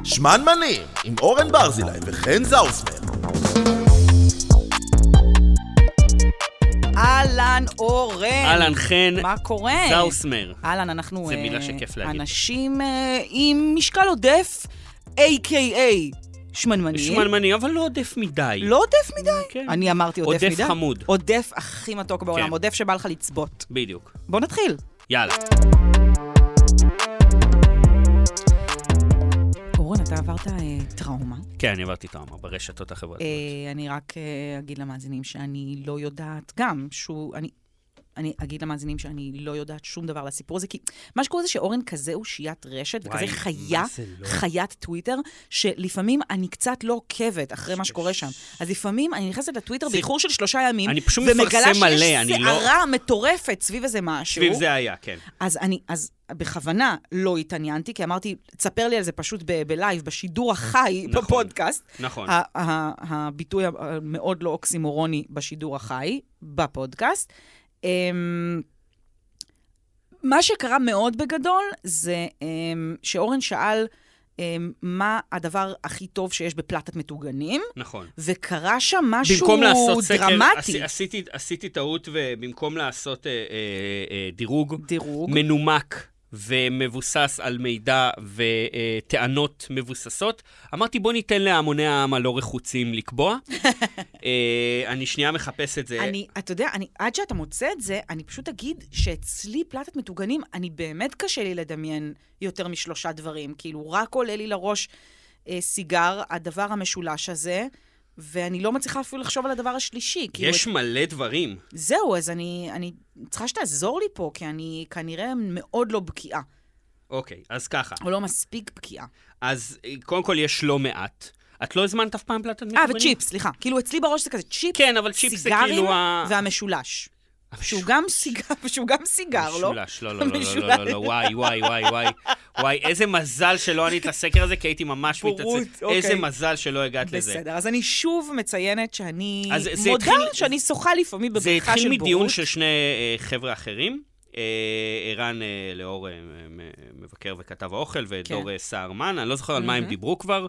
שמנמנים, עם אורן ברזילי וחן זאוסמן. אהלן אורן. אהלן חן. מה קורה? זאוסמר. אהלן, אנחנו זה מילה שכיף להגיד. אנשים עם משקל עודף, a.k.a. שמנמנים. שמנמנים, אבל לא עודף מדי. לא עודף מדי? כן. אני אמרתי עודף מדי. עודף חמוד. עודף הכי מתוק בעולם, כן. עודף שבא לך לצבות. בדיוק. בוא נתחיל. יאללה. אורן, אתה עברת טראומה. כן, אני עברתי טראומה ברשתות החברתיות. אני רק אגיד למאזינים שאני לא יודעת גם אני אגיד למאזינים שאני לא יודעת שום דבר לסיפור הזה, כי מה שקורה זה שאורן כזה הוא שיית רשת, וכזה חיית טוויטר, שלפעמים אני קצת לא עוקבת אחרי מה שקורה שם. אז לפעמים אני נכנסת לטוויטר באיחור של 3 ימים, אני פשוט מפרסם מלא, שיש שערה מטורפת סביב איזה משהו. סביב זה היה, כן. אז בכוונה לא התעניינתי, כי אמרתי, תספר לי על זה פשוט בלייב, בשידור החי בפודקאסט. נכון. הביטוי המאוד לא אוקסימורוני בשידור החי בפודקאסט. מה שקרה מאוד בגדול זה שאורן שאל מה הדבר הכי טוב שיש בפלטת מטוגנים. נכון. וקרה שם משהו במקום לעשות דרמטי. עשיתי טעות, ובמקום לעשות דירוג מנומק ומבוסס על מידע וטענות מבוססות, אמרתי בוא ניתן להמוני העם הלא רחוצים לקבוע. אני שנייה מחפש את זה. אתה יודע, עד שאתה מוצא את זה, אני פשוט אגיד שאצלי פלטת מטוגנים, אני באמת קשה לי לדמיין יותר מ3 דברים. כאילו, רק עולה לי לראש סיגר, הדבר המשולש הזה, ואני לא מצליחה אפילו לחשוב על הדבר השלישי. יש מלא דברים. זהו, אז אני צריכה שתעזור לי פה, כי אני כנראה מאוד לא בקיאה. אוקיי, אז ככה. או לא מספיק בקיאה. אז קודם כל יש לא מעט. את לא הזמנת אף פעם פלטת מטוגנים? וצ'יפס, סליחה. כאילו אצלי בראש זה כזה צ'יפס, כן, אבל צ'יפס זה כאילו סיגרים והמשולש. שהוא גם סיגר, לא? משולש, לא, וואי, איזה מזל שלא ענית לסקר הזה, כי הייתי ממש מתעצב. איזה מזל שלא הגעת לזה. בסדר, אז אני שוב מציינת שאני מודה שאני שוחה לפעמים בבריכה של בורות. זה התחיל מדיון של 2 חבר'ה אחרים, ערן לאור מבקר וכתב האוכל, ודור סערמן, אני לא זוכר על מה הם דיברו כבר,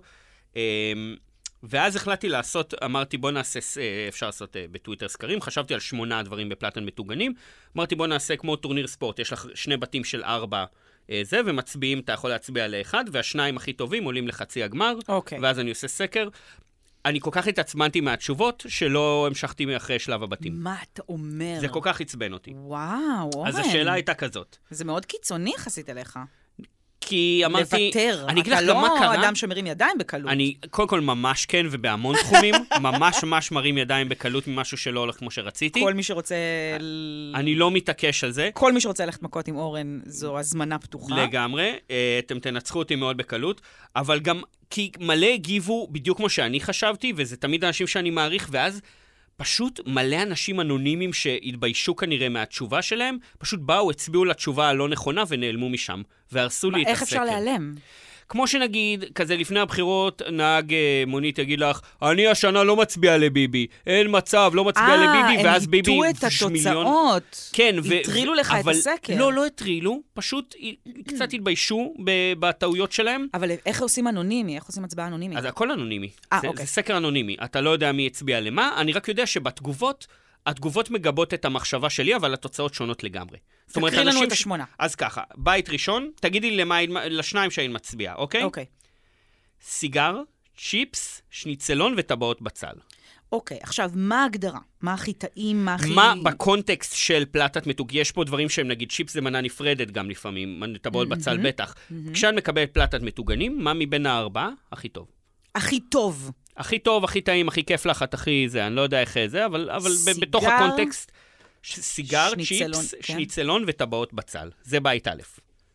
ואז החלטתי לעשות, אמרתי בוא נעשה, אפשר לעשות בטוויטר סקרים, חשבתי על 8 דברים בפלטת מטוגנים, אמרתי בוא נעשה כמו טורניר ספורט, יש לך 2 בתים של 4 זה, ומצביעים, אתה יכול להצביע לאחד, והשניים הכי טובים עולים לחצי הגמר, ואז אני עושה סקר. אני כל כך התעצמנתי מהתשובות, שלא המשכתי אחרי שלב הבתים. מה אתה אומר? זה כל כך עצבן אותי. וואו, אורן. אז השאלה הייתה כזאת. זה מאוד קיצוני יחסית אליך. כי אמרתי, לוותר. אני אגיד לך גם מה קרה. אתה לא אדם שמרים ידיים בקלות. אני קודם כל ממש כן, ובהמון תחומים, ממש מרים ידיים בקלות ממשהו שלא הולך כמו שרציתי. כל מי שרוצה... אני לא מתעקש על זה. כל מי שרוצה ללכת מכות עם אורן, זו הזמנה פתוחה. לגמרי. אתם תנצחו אותי מאוד בקלות, אבל גם כי מלא הגיבו בדיוק כמו שאני חשבתי, וזה תמיד אנשים שאני מעריך, ואז פשוט מלא אנשים אנונימיים שהתביישו כנראה מהתשובה שלהם, פשוט באו, הצביעו לתשובה הלא נכונה ונעלמו משם, והרסו לי את הסקר. איך אפשר להיעלם? כמו שנגיד, כזה לפני הבחירות, נהג מונית יגיד לך, אני השנה לא מצביע לביבי, אין מצב, לא מצביע לביבי, ואז ביבי הם איתו את התוצאות. כן, הטרילו לך את הסקר. לא הטרילו, פשוט קצת התביישו בטעויות שלהם. אבל איך עושים אנונימי? איך עושים הצבעה אנונימית? אז הכל אנונימי. זה סקר אנונימי. אתה לא יודע מי הצביע למה, אני רק יודע שבתגובות, התגובות מגבות את המחשבה שלי, אבל התוצאות שונות לגמרי. תקריא לנו את 8. אז ככה, בית ראשון, תגידי לי לשניים שהיין מצביעה, אוקיי? אוקיי. סיגר, צ'יפס, שניצלון וטבעות בצל. אוקיי, עכשיו, מה ההגדרה? מה הכי טעים, מה הכי... מה בקונטקסט של פלטת מטוג? יש פה דברים שהם, נגיד, צ'יפס זה מנה נפרדת גם לפעמים, טבעות בצל בטח. כשאת מקבלת פלטת מטוגנים, מה מבין 4 הכי טוב? הכי טוב. הכי טוב, הכי טעים, הכי כיף לך, את הכי זה, אני לא יודע איך זה, אבל בתוך הקונטקסט, סיגר, צ'יפס, שניצלון וטבעות בצל. זה בית א'.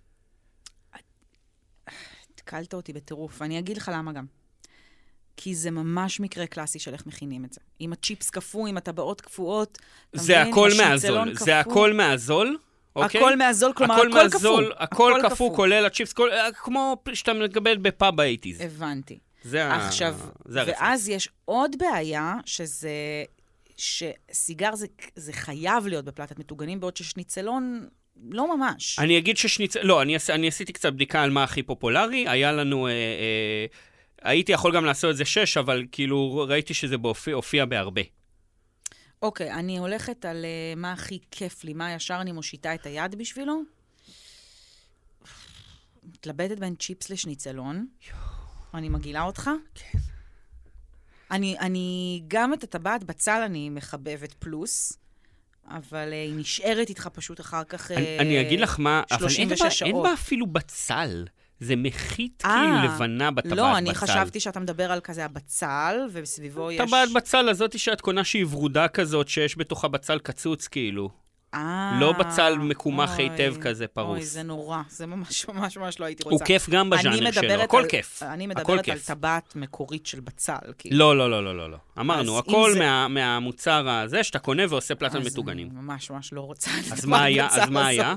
תקלת אותי בטירוף, ואני אגיד לך למה גם. כי זה ממש מקרה קלאסי של איך מכינים את זה. עם הצ'יפס קפוא, עם הטבעות קפואות. זה הכל מהזול. זה הכל מהזול. הכל מהזול, כלומר, הכל קפוא. הכל קפוא, כולל הצ'יפס, כמו שאתה מקבל בפאב ב-80s. הבנתי. עכשיו, ואז יש עוד בעיה, שסיגר זה חייב להיות בפלטת מטוגנים, בעוד ששניצלון לא ממש. אני אגיד לא, אני עשיתי קצת בדיקה על מה הכי פופולרי, היה לנו, הייתי יכול גם לעשות את זה 6, אבל כאילו ראיתי שזה הופיע בהרבה. אוקיי, אני הולכת על מה הכי כיף לי, מה ישר אני מושיטה את היד בשבילו. מתלבטת בין צ'יפס לשניצלון. אני מגילה אותך? כן. אני גם את הטבעת בצל אני מחבבת פלוס, אבל היא נשארת איתך פשוט אחר כך 36 שעות. אני אגיד לך מה, אבל אין בה אפילו בצל. זה מחית כאילו לבנה בטבעת בצל. לא, אני חשבתי שאתה מדבר על כזה הבצל, ובסביבו יש... טבעת בצל הזאת שאת קונה שהיא ורודה כזאת, שיש בתוכה בצל קצוץ כאילו. לא בצל מקומח היטב כזה פרוס. אוי, זה נורא. זה ממש ממש ממש לא הייתי רוצה. הוא כיף גם בז'אנר שלו, הכל כיף. אני מדברת על טבעת מקורית של בצל. לא, לא, לא, לא, לא. אמרנו, הכל מהמוצר הזה שאתה קונה ועושה פלטן מטוגנים. אני ממש ממש לא רוצה. אז מה היה?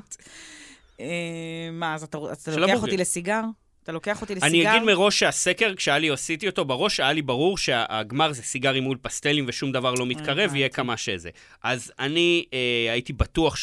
מה, אז אתה לוקח אותי לסיגר? אתה לוקח אותי לסיגר? אני אגיד מראש שהסקר, עשיתי אותו בראש, היה לי ברור שהגמר זה סיגרים מול פסטלים ושום דבר לא מתקרב, יהיה כמה שזה. אז אני הייתי בטוח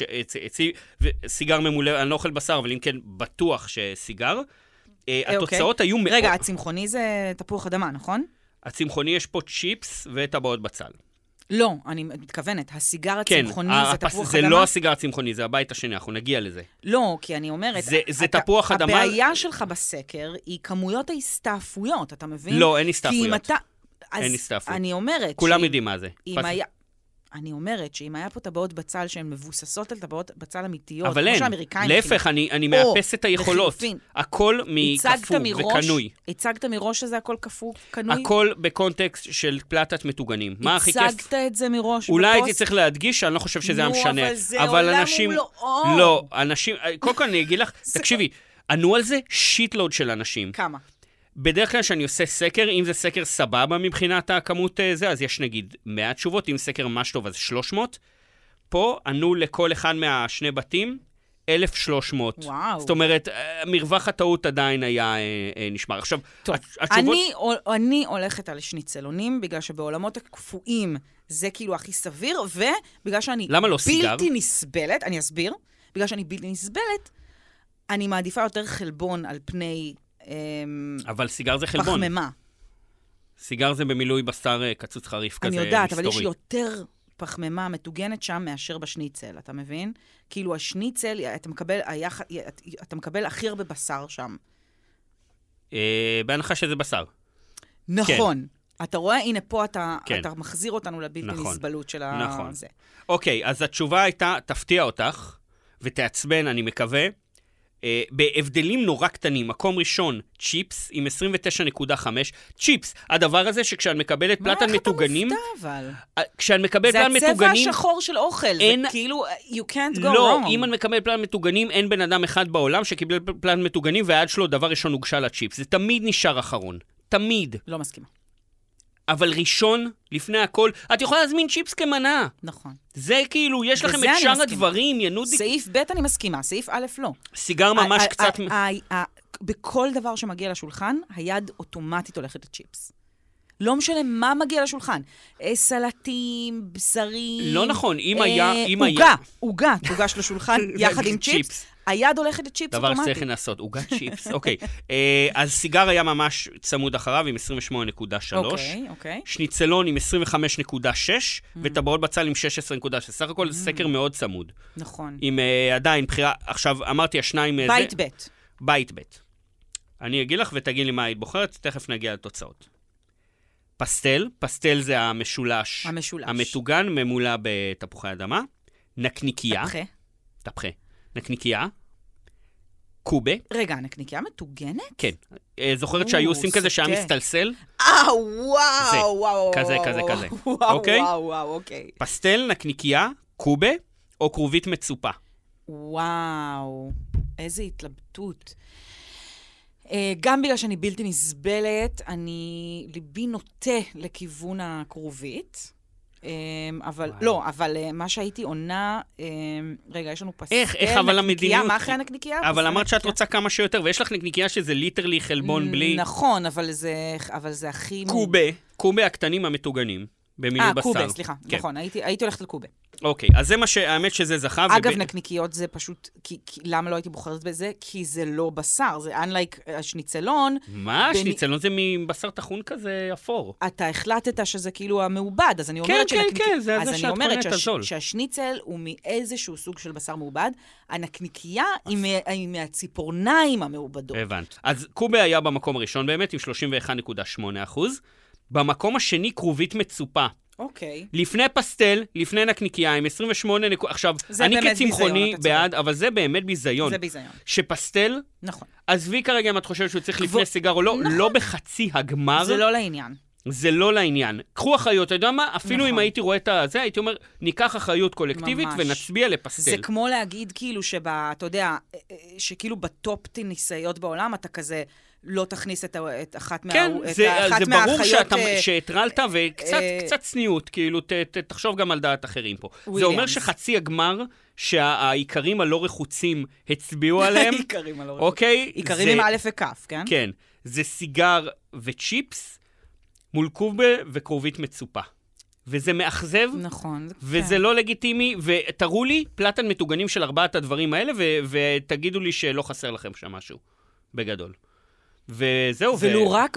סיגר ממולא, אני לא אוכל בשר, אבל אם כן, בטוח שסיגר. התוצאות היו מאוד... רגע, הצמחוני זה תפוח אדמה, נכון? הצמחוני יש פה צ'יפס וטבעות בצל. לא, אני מתכוונת, הסיגר הצמחוני זה תפוח אדמה? זה לא הסיגר הצמחוני, זה הבית השני, אנחנו נגיע לזה. לא, כי אני אומרת... זה תפוח אדמה... הבעיה שלך בסקר היא כמויות ההסתעפויות, אתה מבין? לא, אין הסתעפויות. אין הסתעפויות. אני אומרת... כולם יודעים מה זה. אני אומרת שאם היה פה טבעות בצל שהן מבוססות על טבעות בצל אמיתיות, אבל אין, להפך, אני מאפס את היכולות. הכל מקפוא וקנוי. הצגת מראש שזה הכל קפוא, קנוי? הכל בקונטקסט של פלטת מטוגנים. מה הכי כיף? הצגת את זה מראש אולי הייתי צריך להדגיש, אני לא חושב שזה היה משנה. אבל זה עולם ומלואו. לא, אנשים, קודם כל אני אגיד לך, תקשיבי, ענו על זה שיטלוד של אנשים. כמה? בדרך כלל שאני עושה סקר, אם זה סקר סבבה מבחינת הכמות זה, אז יש נגיד 100 תשובות, אם סקר ממש טוב אז 300. פה ענו לכל אחד מהשני בתים 1,300. וואו. זאת אומרת, מרווח הטעות עדיין היה נשמר. עכשיו, טוב, התשובות... אני הולכת על שניצלונים, בגלל שבעולמות הקפואים זה כאילו הכי סביר, ובגלל שאני למה לא סיגר? בלתי נסבלת, אני אסביר, בגלל שאני בלתי נסבלת, אני מעדיפה יותר חלבון על פני... אבל סיגר זה חלבון. פחמימה. סיגר זה במילוי בשר קצוץ חריף כזה אני יודעת, מסתורי. אבל יש יותר פחמימה מטוגנת שם מאשר בשניצל, אתה מבין? כאילו השניצל, אתה מקבל הכי הרבה בשר שם. בהנחה שזה בשר. נכון. אתה רואה, הנה פה אתה מחזיר אותנו לבלתי נסבלות של זה. נכון. אוקיי, אז התשובה הייתה, תפתיע אותך, ותעצבן, אני מקווה, בהבדלים נורא קטנים, מקום ראשון, צ'יפס עם 29.5, צ'יפס, הדבר הזה שכשאני מקבלת פלטן מטוגנים... מה, איך אתה מופתע אבל? כשאני מקבל פלטן מטוגנים... זה הצבע השחור של אוכל, אין, זה כאילו, you can't go לא, wrong. אם אני מקבל פלטן מטוגנים, אין בן אדם אחד בעולם שקיבל פלטן מטוגנים, והיד שלו דבר ראשון הוגשה לצ'יפס. זה תמיד נשאר אחרון. תמיד. לא מסכימה. אבל ראשון, לפני הכל, את יכולה להזמין צ'יפס כמנה. נכון. זה כאילו, יש לכם את שאר הדברים, ינודי. סעיף ב' אני מסכימה, סעיף א' לא. סיגר ממש קצת... בכל דבר שמגיע לשולחן, היד אוטומטית הולכת לצ'יפס. לא משנה מה מגיע לשולחן. סלטים, בשרים... לא נכון, אם היה... עוגה תוגש לשולחן יחד עם צ'יפס. היד הולכת לצ'יפס אוטומטית. דבר שצריך לעשות, עוגת צ'יפס. אוקיי. אז סיגר היה ממש צמוד אחריו עם 28.3. אוקיי. שניצלון עם 25.6, וטבעות בצל עם 16.6. סך הכל זה סקר מאוד צמוד. נכון. עם עדיין בחירה... עכשיו, אמרתי, השניים... בית בית. בית בית. אני אגיד לך ותגיד לי מה היית בוחרת, תכף נגיע לתוצאות. פסטל זה המשולש. המטוגן, ממולא בתפוחי אדמה. נקניקיה. תפחה. נקניקיה. קובה. רגע, נקניקיה מטוגנת? כן. זוכרת שהיו עושים כזה שהיה מסתלסל? וואו. כזה. אוקיי? וואו, אוקיי. פסטל, נקניקיה, קובה, או כרובית מצופה. וואו, איזה התלבטות. גם בגלל שאני בלתי נסבלת, ליבי נוטה לכיוון הכרובית. אבל מה שהייתי עונה, רגע, יש לנו פסטל, נקניקיה, מה אחרי הנקניקיה? אבל אמרת שאת רוצה כמה שיותר, ויש לך נקניקיה שזה ליטרלי חלבון בלי... נכון, אבל זה הכי... קובה הקטנים המטוגנים, במילוי בשר. קובה, סליחה, נכון, הייתי הולכת על קובה. אוקיי, אז זה מה האמת שזה זכה. אגב, נקניקיות זה פשוט, למה לא הייתי בוחרת בזה? כי זה לא בשר, זה unlike השניצלון. מה? השניצלון זה מבשר טחון כזה אפור. אתה החלטת שזה כאילו המעובד, אז אני אומרת כן, זה זה שאת קוראת הזול. שהשניצל הוא מאיזשהו סוג של בשר מעובד, הנקניקייה היא מהציפורניים המעובדות. הבנת. אז קובה היה במקום הראשון באמת עם 31.8%. במקום השני כרובית מצופה. אוקיי. לפני פסטל, לפני נקניקייה, עם 28 עכשיו, אני כצמחוני בעד, אבל זה באמת ביזיון. זה ביזיון. שפסטל, נכון. עזבי כרגע אם את חושבת שהוא צריך לפני סיגר או לא, לא בחצי הגמר. זה לא לעניין. זה לא לעניין. קחו אחריות, אתה יודע מה? אפילו אם הייתי רואה את זה, הייתי אומר, ניקח אחריות קולקטיבית ונצביע לפסטל. זה כמו להגיד כאילו אתה יודע, שכאילו בטופ ניסיונות בעולם, אתה כזה לא תכניס את אחת מהאחיות... כן, זה ברור שהטרלת וקצת צניעות, כאילו, תחשוב גם על דעת אחרים פה. זה אומר שחצי הגמר, שהעיקרים הלא רחוצים הצביעו עליהם, העיקרים הלא רחוצים. אוקיי? עיקרים עם א' וכף, כן? כן. זה סיגר וצ'יפס, מול קובה וקרובית מצופה. וזה מאכזב, נכון, וזה לא לגיטימי, ותראו לי פלטן מטוגנים של 4 הדברים האלה, ותגידו לי שלא חסר לכם שם משהו, בגדול. וזהו. ולו רק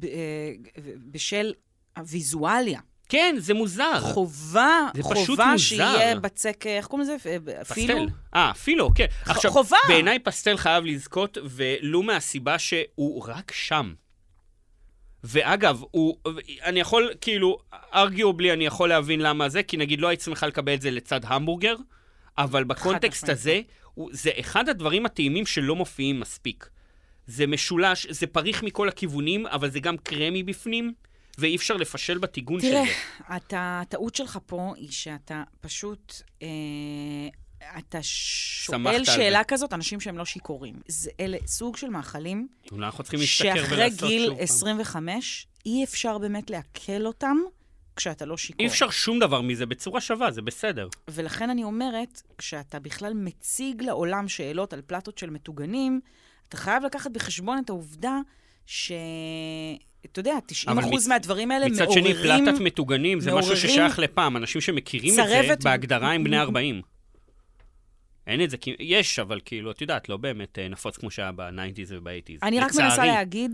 בשל הוויזואליה. כן, זה מוזר. חובה שיהיה בצק, איך קוראים לזה? פסטל. פילו, כן. עכשיו, חובה. בעיניי פסטל חייב לזכות, ולו מהסיבה שהוא רק שם. ואגב, אני יכול, כאילו, arguably אני יכול להבין למה זה, כי נגיד לא היית שמחה לקבל את זה לצד המבורגר, אבל בקונטקסט הזה, זה אחד הדברים הטעימים שלא מופיעים מספיק. זה משולש, זה פריך מכל הכיוונים, אבל זה גם קרמי בפנים, ואי אפשר לפשל בטיגון של זה. תראה, הטעות שלך פה היא שאתה פשוט, אתה שואל שאלה כזאת, אנשים שהם לא שיקורים. אלה סוג של מאכלים, שאחרי גיל 25, אי אפשר באמת להקל אותם, כשאתה לא שיקור. אי אפשר שום דבר מזה, בצורה שווה, זה בסדר. ולכן אני אומרת, כשאתה בכלל מציג לעולם שאלות על פלטות של מטוגנים, אתה חייב לקחת בחשבון את העובדה אתה יודע, 90% מהדברים האלה מעוררים... מצד שני, פלטת מטוגנים זה משהו ששייך לפעם. אנשים שמכירים את זה בהגדרה עם בני 40. אין את זה, יש, אבל כאילו, את יודעת, לא באמת נפוץ כמו שהיה ב-90s וב-80s. אני רק מנסה להגיד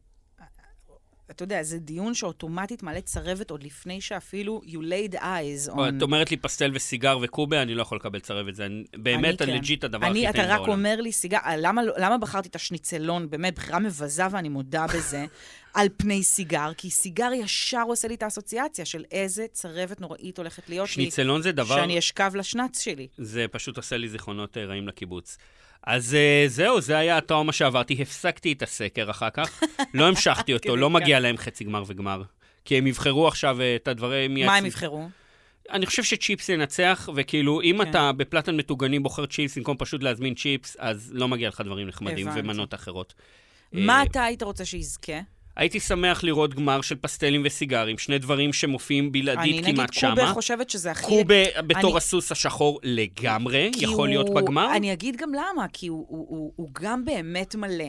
אתה יודע, זה דיון שאוטומטית מעלה צרבת עוד לפני שאפילו you laid eyes on... את אומרת לי פסטל וסיגר וקובה, אני לא יכול לקבל צרבת. זה באמת הלג'יט הדבר הכי טעים בעולם. אתה רק אומר לי סיגר, למה בחרתי את השניצלון? באמת, בחירה מבזה ואני מודה בזה, על פני סיגר, כי סיגר ישר עושה לי את האסוציאציה של איזה צרבת נוראית הולכת להיות לי. שניצלון זה דבר... שאני אשכב לשנץ שלי. זה פשוט עושה לי זיכרונות רעים לקיבוץ. אז זהו, זה היה הטראומה שעברתי. הפסקתי את הסקר אחר כך. לא המשכתי אותו, לא מגיע להם חצי גמר וגמר. כי הם יבחרו עכשיו את הדברים... מה הם יבחרו? אני חושב שצ'יפס ינצח, וכאילו, אם אתה בפלטן מטוגנים בוחר צ'יפס, במקום פשוט להזמין צ'יפס, אז לא מגיע לך דברים נחמדים ומנות אחרות. מה אתה היית רוצה שיזכה? הייתי שמח לראות גמר של פסטלים וסיגרים, שני דברים שמופיעים בלעדית כמעט שמה. אני נגיד קובה חושבת שזה הכי... קובה בתור הסוס השחור לגמרי, יכול להיות בגמר. אני אגיד גם למה, כי הוא גם באמת מלא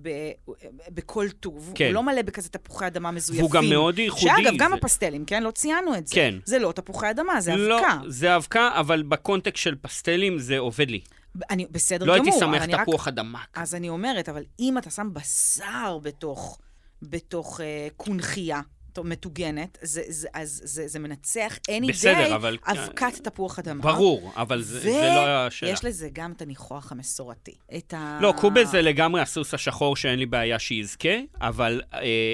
בכל טוב. הוא לא מלא בכזה תפוחי אדמה מזויפים. והוא גם מאוד ייחודי. שאגב, גם הפסטלים, כן? לא ציינו את זה. כן. זה לא תפוחי אדמה, זה אבקה. לא, זה אבקה, אבל בקונטקסט של פסטלים זה עובד לי. בסדר גמור. גמור. לא הייתי שמח תפוח אדמה. אז אני אומרת, אבל אם אתה שם בשר בתוך קונחייה מטוגנת, זה מנצח any day אבקת תפוח אדמה. ברור, אבל זה לא השאלה. ויש לזה גם את הניחוח המסורתי. לא, קובה זה לגמרי הסוס השחור שאין לי בעיה שיזכה, אבל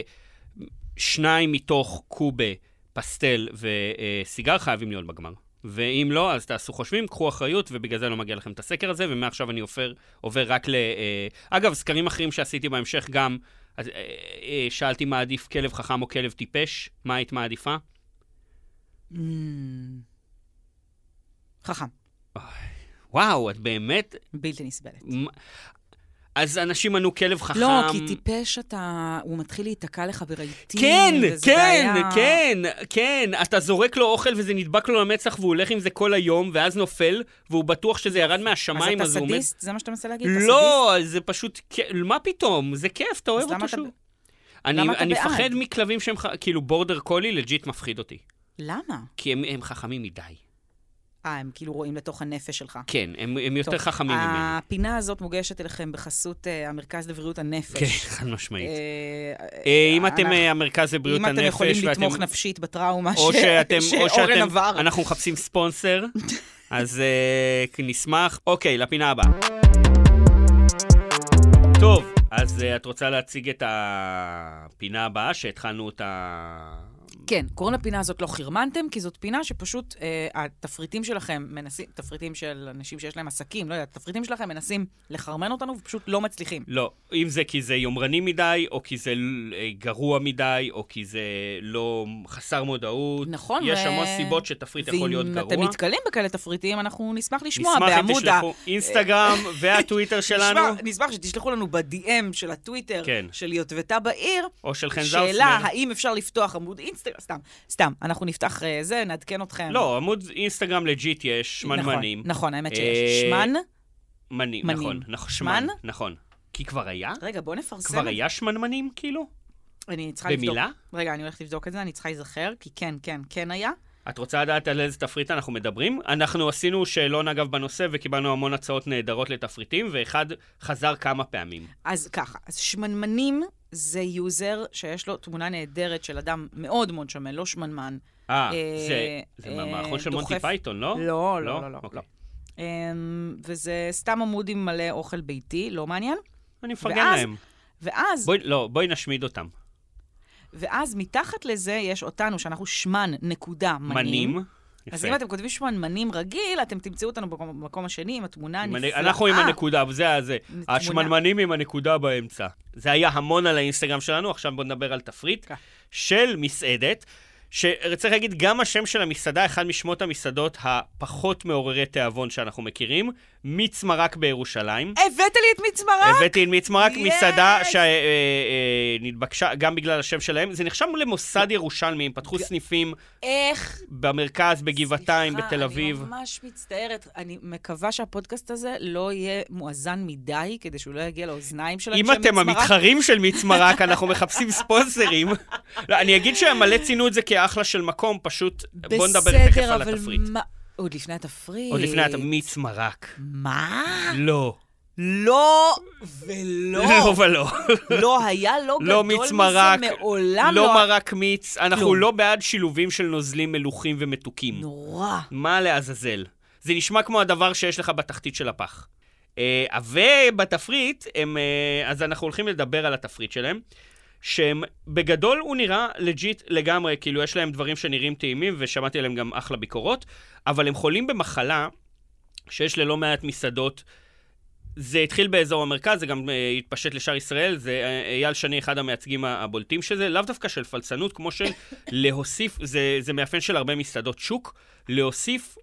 2 מתוך קובה, פסטל וסיגר חייבים להיות בגמר. ואם לא, אז תעשו חושבים, קחו אחריות, ובגלל זה לא מגיע לכם את הסקר הזה, ומעכשיו אני עובר רק אגב, סקרים אחרים שעשיתי בהמשך גם, אז שאלתי מה עדיף כלב חכם או כלב טיפש, מה היית מעדיפה? חכם. וואו, את באמת... בלתי נסבלת. אז אנשים ענו כלב חכם... לא, כי טיפש הוא מתחיל להתקע לך ברהיטים. כן. אתה זורק לו אוכל וזה נדבק לו למצח והוא הולך עם זה כל היום, ואז נופל, והוא בטוח שזה ירד מהשמיים. אז אתה סדיסט? זה מה שאתה מנסה להגיד? לא, זה פשוט... מה פתאום? זה כיף, אתה אוהב אותו שוב. אני מפחד מכלבים שהם כאילו בורדר קולי, לג'יט מפחיד אותי. למה? כי הם חכמים מדי. הם כאילו רואים לתוך הנפש שלך. כן, הם יותר חכמים ממני. הפינה הזאת מוגשת אליכם בחסות המרכז לבריאות הנפש. כן, חד משמעית. אם אתם המרכז לבריאות הנפש, אם אתם יכולים לתמוך נפשית בטראומה שאורן עבר. אנחנו מחפשים ספונסר, אז נשמח. אוקיי, לפינה הבאה. טוב, אז את רוצה להציג את הפינה הבאה שהתחלנו אותה... כן, קוראים לפינה הזאת לא חרמנתם, כי זאת פינה שפשוט התפריטים שלכם מנסים, תפריטים של אנשים שיש להם עסקים, לא יודע, התפריטים שלכם מנסים לחרמן אותנו ופשוט לא מצליחים. לא, אם זה כי זה יומרני מדי, או כי זה גרוע מדי, או כי זה לא חסר מודעות. נכון. יש המון סיבות שתפריט יכול להיות גרוע. ואם אתם נתקלים בכאלה תפריטים, אנחנו נשמח לשמוע בעמוד אינסטגרם והטוויטר שלנו. נשמח שתשלחו לנו ב-DM של הטוויטר של יוטבתה בעיר. או של חן זאוסמר. שאלה, האם אפשר לפתוח עמוד אינסטגרם? סתם, אנחנו נפתח זה, נעדכן אתכם. לא, עמוד אינסטגרם לג'יט יש שמנמנים. נכון, האמת שיש. שמנמנים, נכון. שמן? נכון. כי כבר היה? רגע, בוא נפרסם. כבר היה שמנמנים, כאילו? אני צריכה לבדוק. במילה? רגע, אני הולכת לבדוק את זה, אני צריכה להיזכר, כי כן היה. את רוצה לדעת על איזה תפריט אנחנו מדברים? אנחנו עשינו שאלון אגב בנושא וקיבלנו המון הצעות נהדרות לתפריטים, ואחד חזר כמה פעמים. אז ככה, אז שמנמנים זה יוזר שיש לו תמונה נהדרת של אדם מאוד מאוד שמן, לא שמנמן. זה מהמערכון של מונטי פייתון, לא? לא. וזה סתם עמוד עם מלא אוכל ביתי, לא מעניין. אני מפרגן להם. ואז... בואי נשמיד אותם. ואז מתחת לזה יש אותנו, שאנחנו שמן.מנים. אז אם אתם כותבים שמנמנים רגיל, אתם תמצאו אותנו במקום השני עם התמונה הנפלאה. אנחנו עם הנקודה, זה. השמנמנים עם הנקודה באמצע. זה היה המון על האינסטגרם שלנו, עכשיו בואו נדבר על תפריט של מסעדת, שרצה להגיד גם השם של המסעדה, אחד משמות המסעדות הפחות מעוררי תיאבון שאנחנו מכירים, מיץ מרק בירושלים. הבאת לי את מיץ מרק? הבאתי את מיץ מרק, מסעדה שנתבקשה גם בגלל השם שלהם. זה נחשב למוסד ירושלמי, הם פתחו סניפים במרכז, בגבעתיים, בתל אביב. אני ממש מצטערת. אני מקווה שהפודקאסט הזה לא יהיה מואזן מדי, כדי שהוא לא יגיע לאוזניים של אנשי מיץ מרק. אם אתם המתחרים של מיץ מרק, אנחנו מחפשים ספונסרים. אני אגיד שהמלא צינו את זה כאחלה של מקום, פשוט בוא נדבר תכף על התפריט. עוד לפני התפריט. עוד לפני מיץ מרק. מה? לא. לא ולא. לא ולא. לא היה לא גדול מיץ מרק, מזה מעולם. לא מרק מיץ. אנחנו לא בעד שילובים של נוזלים מלוכים ומתוקים. נורא. מה לעזאזל? זה נשמע כמו הדבר שיש לך בתחתית של הפח. ובתפריט, אז אנחנו הולכים לדבר על התפריט שלהם. שהם בגדול הוא נראה לג'יט לגמרי, כאילו יש להם דברים שנראים טעימים, ושמעתי עליהם גם אחלה ביקורות, אבל הם חולים במחלה שיש ללא מעט מסעדות. זה התחיל באזור המרכז, זה גם התפשט לשאר ישראל, זה אייל שני אחד המייצגים הבולטים של זה, לאו דווקא של פלצנות, כמו של להוסיף, זה מאפיין של הרבה מסעדות שוק, להוסיף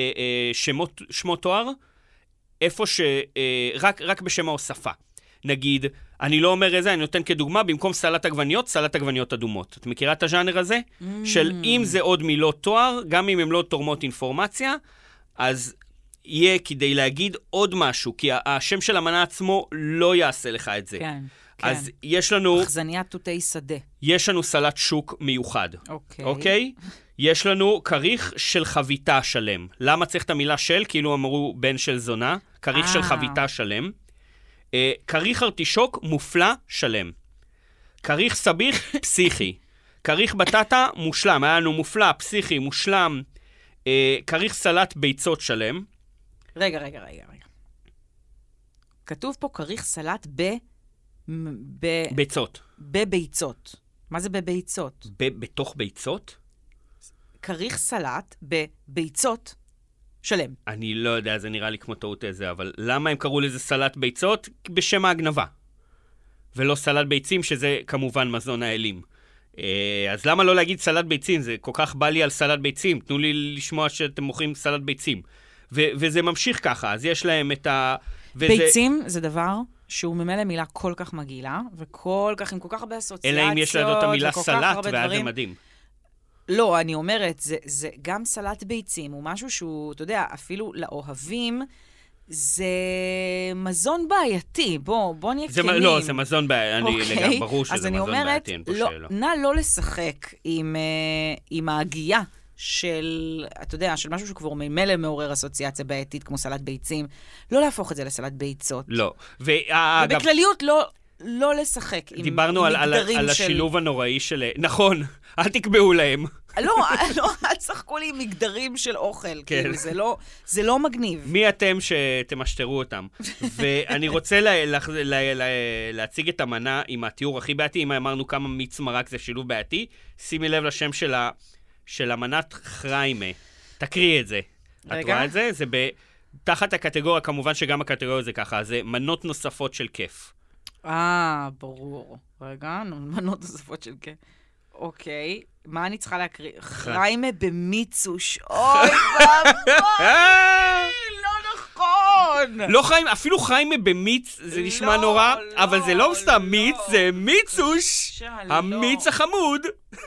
שמות תואר, איפה רק בשם ההוספה. נגיד, אני לא אומר איזה, אני נותן כדוגמה, במקום סלט עגבניות, סלט עגבניות אדומות. את מכירה את הז'אנר הזה? של אם זה עוד מילות תואר, גם אם הן לא תורמות אינפורמציה, אז יהיה כדי להגיד עוד משהו, כי השם של המנה עצמו לא יעשה לך את זה. כן. אז יש לנו... מחזניית תותי שדה. יש לנו סלט שוק מיוחד. אוקיי? יש לנו כריך של חביתה שלם. למה צריך את המילה של? כאילו אמרו בן של זונה. כריך של חביתה שלם. כריך ארטישוק מופלא שלם. כריך סביח פסיכי. כריך בטטה מושלם. היה לנו מופלא, פסיכי, מושלם. כריך סלט ביצות שלם. רגע. כתוב פה כריך סלט ביצות. בביצות. מה זה בביצות? בתוך ביצות? כריך סלט בביצות שלם. אני לא יודע, זה נראה לי כמו טעות איזה, אבל למה הם קראו לזה סלט ביצות? בשם ההגנבה. ולא סלט ביצים, שזה כמובן מזון האלים. אז למה לא להגיד סלט ביצים? זה כל כך בא לי על סלט ביצים. תנו לי לשמוע שאתם מוכרים סלט ביצים. וזה ממשיך ככה, אז יש להם את ה... ביצים זה דבר שהוא ממילא מילה כל כך מגעילה, וכל כך, עם כל כך הרבה אסוציאציות, אלא אם יש לנו את המילה סלט, ואז זה מדהים. לא, אני אומרת, זה גם סלט ביצים, הוא משהו שהוא, אתה יודע, אפילו לאוהבים, זה מזון בעייתי. בוא נהיה כנים. לא, זה מזון בעייתי, ברור שזה מזון בעייתי, אין פה שאלה. נא לא לשחק עם ההגייה של, אתה יודע, של משהו שכבר ממילא מעורר אסוציאציה בעייתית, כמו סלט ביצים, לא להפוך את זה לסלט ביצות. לא. ובכלליות לא לשחק עם מגדרים של... דיברנו על השילוב הנוראי של... נכון, אל תקבעו להם. לא, אל תשחקו לי עם מגדרים של אוכל, כאילו, זה לא מגניב. מי אתם שתמשטרו אותם? ואני רוצה להציג את המנה עם התיאור הכי בעייתי, אם אמרנו כמה מיץ מרק זה שילוב בעייתי, שימי לב לשם של המנת חריימה. תקריא את זה. את רואה את זה? זה תחת הקטגוריה, כמובן שגם הקטגוריה זה ככה, זה מנות נוספות של כיף. ברור. רגע, מנות נוספות של כיף. אוקיי, מה אני צריכה להקריא? חריימה במיצוש. אוי, ואבוי! לא נכון! לא חריימה, אפילו חריימה במיץ, זה נשמע נורא, אבל זה לא סתם מיץ, זה מיצוש! המיץ החמוד!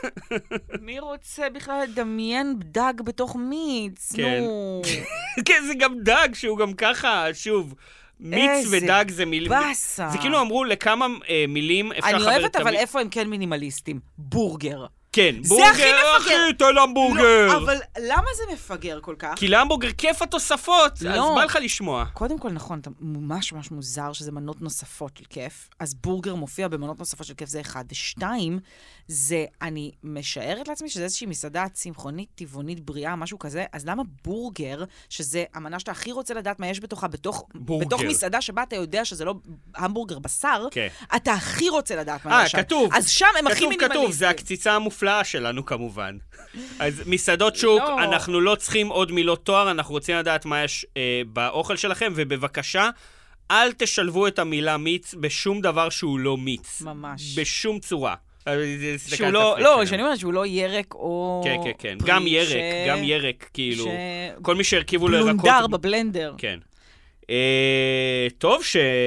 מי רוצה בכלל לדמיין דג בתוך מיץ? נו. כן, זה גם דג שהוא גם ככה, שוב. מיץ ודג זה מילים. בסה. זה כאילו אמרו לכמה מילים אפשר אני אוהבת, אבל איפה הם כן מינימליסטים? בורגר. כן, בורגר, זה הכי מפגר. אחי, תן המבורגר. לא, אבל למה זה מפגר כל כך? כי להמבורגר כיף התוספות, אז בא לך לשמוע. קודם כל, נכון, אתה ממש ממש מוזר שזה מנות נוספות של כיף, אז בורגר מופיע במנות נוספות של כיף, זה אחד. ושתיים, זה, אני משערת לעצמי שזה איזושהי מסעדה צמחונית, טבעונית, בריאה, משהו כזה, אז למה בורגר, שזה המנה שאתה הכי רוצה לדעת מה יש בתוכה, בתוך מסעדה שבה אתה יודע שזה לא המבורגר בשר, אתה הכי רוצה לדעת מה יש שם. כתוב. אז שם הם הכי מינימליסטים. כתוב, זה הקציצה המופלאה שלנו כמובן. אז מסעדות שוק, אנחנו לא צריכים עוד מילות תואר, אנחנו רוצים לדעת מה יש באוכל שלכם, ובבקשה, אל תשלבו את המילה מיץ בשום דבר שהוא לא מיץ. ממש. בשום צורה. שהוא לא, שאני אומרת שהוא לא ירק או... כן, כן, כן. גם ירק, כאילו. כל מי שהרכיבו לירקות... בלונדר בבלנדר. כן. טוב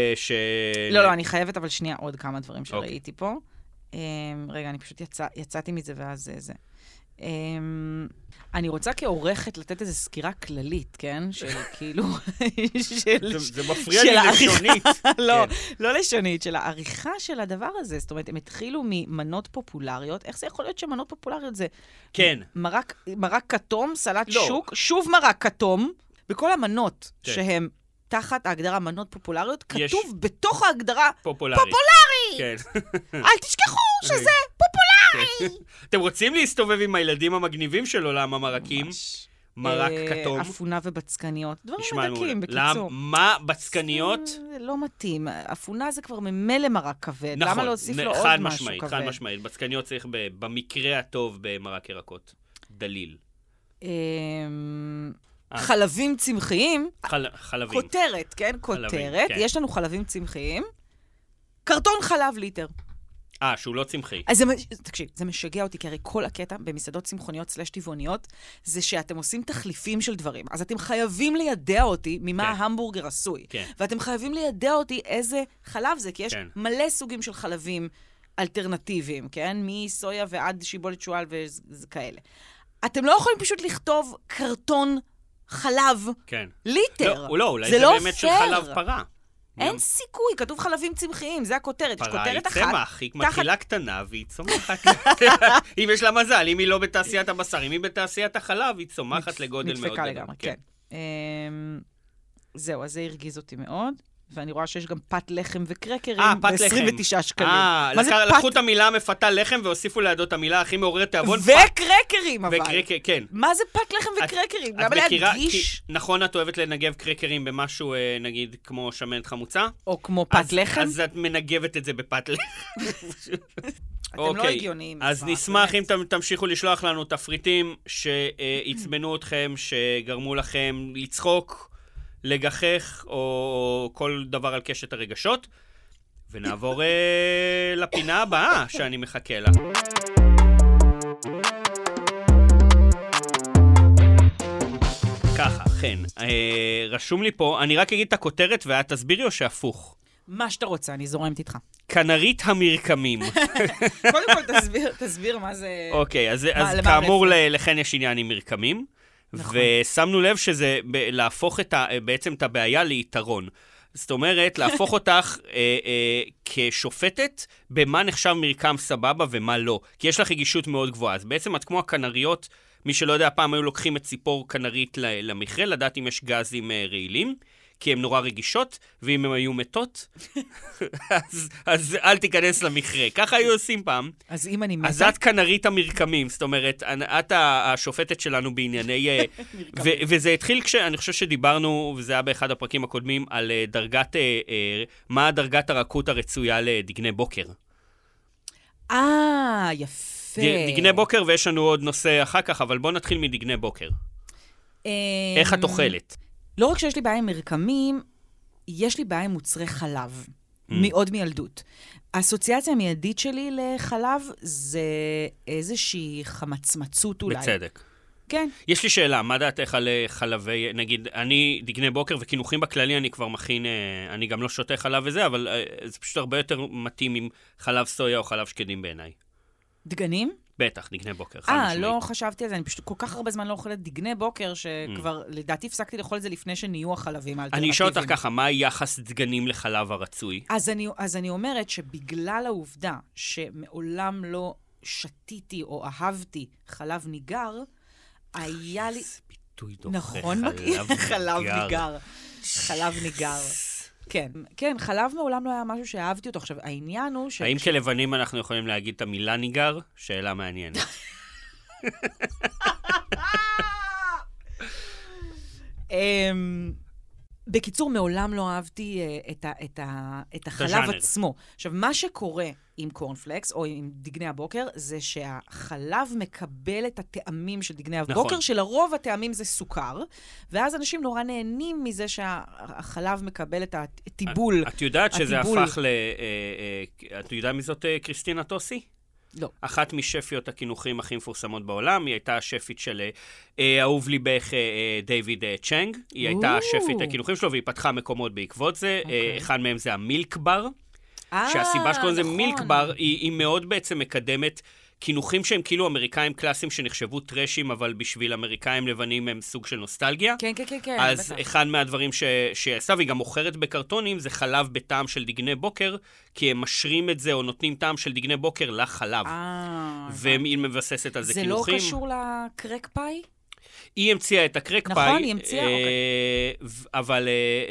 לא, אני חייבת אבל שנייה עוד כמה דברים שראיתי פה. רגע, אני פשוט יצאתי מזה ואז זה. אני רוצה כעורכת לתת איזו סקירה כללית, כן? של כאילו... זה מפריע לי לשונית. לא לשונית, של העריכה של הדבר הזה. זאת אומרת, הם התחילו ממנות פופולריות. איך זה יכול להיות שמנות פופולריות זה... כן. מרק כתום, סלט שוק, שוב מרק כתום. בכל המנות שהן תחת ההגדרה מנות פופולריות, כתוב בתוך ההגדרה פופולרי! כן. אל תשכחו שזה פופולרי! אתם רוצים להסתובב עם הילדים המגניבים של עולם המרקים? מרק כתום. אפונה ובצקניות. דברים מדקים, בקיצור. מה בצקניות? זה לא מתאים. אפונה זה כבר ממילא מרק כבד. למה להוסיף לו עוד משהו כבד? חד משמעית. בצקניות צריך במקרה הטוב במרק ירקות. דליל. חלבים צמחיים. חלבים. כותרת, כן? כותרת. יש לנו חלבים צמחיים. קרטון חלב ליטר. שהוא לא צמחי. אז תקשיב, זה משגע אותי, כי הרי כל הקטע במסעדות צמחוניות / טבעוניות, זה שאתם עושים תחליפים של דברים. אז אתם חייבים לידע אותי ממה ההמבורגר עשוי. ואתם חייבים לידע אותי איזה חלב זה, כי יש מלא סוגים של חלבים אלטרנטיביים, כן? מסויה ועד שיבולת שועל וכאלה. אתם לא יכולים פשוט לכתוב קרטון חלב ליטר. לא, אולי זה באמת של חלב פרה. אין סיכוי, כתוב חלבים צמחיים, זה הכותרת. יש כותרת אחת. פרה היא צמח, היא מתחילה קטנה והיא צומחת. אם יש לה מזל, אם היא לא בתעשיית הבשר, אם היא בתעשיית החלב, היא צומחת לגודל מאוד גדול. נדפקה לגמרי, כן. זהו, אז זה הרגיז אותי מאוד. ואני רואה שיש גם פת לחם וקרקרים ב-29 שקלים. לקחו את המילה המפתה לחם והוסיפו לידו את המילה הכי מעוררת תיאבון. וקרקרים, אבל. כן. מה זה פת לחם וקרקרים? למה להדגיש? נכון, את אוהבת לנגב קרקרים במשהו, נגיד, כמו שמנת חמוצה? או כמו פת לחם? אז את מנגבת את זה בפת לחם. אתם לא הגיוניים. אז נשמח אם תמשיכו לשלוח לנו תפריטים שעצבנו אתכם, שגרמו לכם לצחוק, לגחך, או כל דבר על קשת הרגשות, ונעבור לפינה הבאה שאני מחכה לה. ככה, כן. רשום לי פה, אני רק אגיד את הכותרת ואת תסבירי או שהפוך. מה שאתה רוצה, אני זורמת איתך. כנרית המרקמים. קודם כל תסביר מה זה... אוקיי, אז כאמור לכן יש עניין עם מרקמים. ושמנו לב שזה להפוך בעצם את הבעיה ליתרון. זאת אומרת, להפוך אותך כשופטת במה נחשב מרקם סבבה ומה לא. כי יש לך רגישות מאוד גבוהה. אז בעצם את כמו הכנריות מי שלא יודע, פעם היו לוקחים את ציפור כנרית למכרה, לדעת אם יש גזים רעילים, כי הן נורא רגישות, ואם הן היו מתות, אז אל תיכנס למכרה. ככה היו עושים פעם. אז אם אני מתה... אז את כנרית המרקמים, זאת אומרת, את השופטת שלנו בענייני... וזה התחיל אני חושב שדיברנו, וזה היה באחד הפרקים הקודמים, על דרגת... מה דרגת הרכות הרצויה לדגני בוקר. יפה. דגני בוקר, ויש לנו עוד נושא אחר כך, אבל בואו נתחיל מדגני בוקר. איך את אוכלת? לא רק שיש לי בעיה עם מרקמים, יש לי בעיה עם מוצרי חלב. מאוד מילדות. האסוציאציה המיידית שלי לחלב זה איזושהי חמצמצות אולי. בצדק. כן. יש לי שאלה, מה דעתך על חלבי, נגיד, אני דגני בוקר וכינוחים בכללי אני כבר מכין, אני גם לא שותה חלב וזה, אבל זה פשוט הרבה יותר מתאים עם חלב סויה או חלב שקדים בעיניי. דגנים? בטח, דגני בוקר. לא חשבתי על זה, אני פשוט כל כך הרבה זמן לא אוכלת דגני בוקר, שכבר לדעתי הפסקתי לאכול את זה לפני שנהיו החלבים האלטרנטיביים. אני אשאל אותך ככה, מה היחס דגנים לחלב הרצוי? אז אני אומרת שבגלל העובדה שמעולם לא שתיתי או אהבתי חלב ניגר, היה לי... זה ביטוי דוחה, נכון, חלב ניגר. חלב ניגר. כן, חלב מעולם לא היה משהו שאהבתי אותו. עכשיו, העניין הוא האם כלבנים אנחנו יכולים להגיד את המילה ניגר? שאלה מעניינת. בקיצור, מעולם לא אהבתי את החלב עצמו. עכשיו, מה שקורה עם קורנפלקס, או עם דגני הבוקר, זה שהחלב מקבל את הטעמים של דגני הבוקר, שלרוב הטעמים זה סוכר, ואז אנשים נורא נהנים מזה שהחלב מקבל את הטיבול. את יודעת שזה הפך את יודעת מי זאת קריסטינה טוסי? לא. אחת משפיות הכינוחים הכי מפורסמות בעולם, היא הייתה השפית של אהוב ליבך דיוויד צ'נג, היא הייתה השפית הכינוחים שלו, והיא פתחה מקומות בעקבות זה, אחד מהם זה המילק בר, שהסיבה שקוראים זה מילק בר, היא מאוד בעצם מקדמת כינוחים שהם כאילו אמריקאים קלאסיים שנחשבו טרשים, אבל בשביל אמריקאים לבנים הם סוג של נוסטלגיה. כן, כן, כן. אז אחד מהדברים שעשה, והיא גם מוכרת בקרטונים, זה חלב בטעם של דגני בוקר, כי הם משרים את זה או נותנים טעם של דגני בוקר לחלב. והיא מבססת על זה כינוחים. זה לא קשור לקרק פאי? היא המציאה את הקרק פאי. נכון, היא המציאה, אוקיי. אבל